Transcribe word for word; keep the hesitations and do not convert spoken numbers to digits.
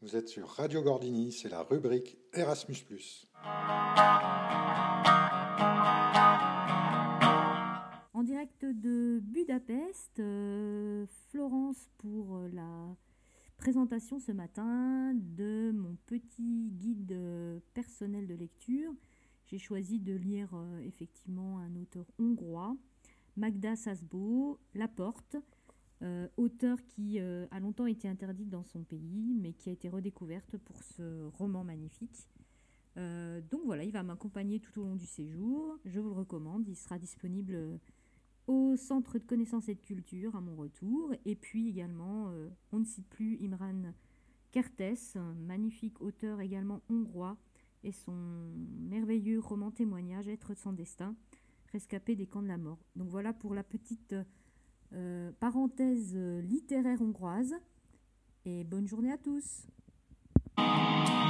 Vous êtes sur Radio Gordini, c'est la rubrique Erasmus plus. En direct de Budapest, euh, Florence pour la présentation ce matin de mon petit guide personnel de lecture. J'ai choisi de lire euh, effectivement un auteur hongrois, Magda Szászbó, La Porte, euh, auteur qui euh, a longtemps été interdite dans son pays, mais qui a été redécouverte pour ce roman magnifique. Euh, donc voilà, il va m'accompagner tout au long du séjour. Je vous le recommande, il sera disponible au Centre de connaissances et de culture à mon retour. Et puis également, euh, on ne cite plus Imran Kertész, un magnifique auteur également hongrois, et son merveilleux roman témoignage Être sans destin, rescapé des camps de la mort. Donc voilà pour la petite euh, parenthèse littéraire hongroise, et bonne journée à tous.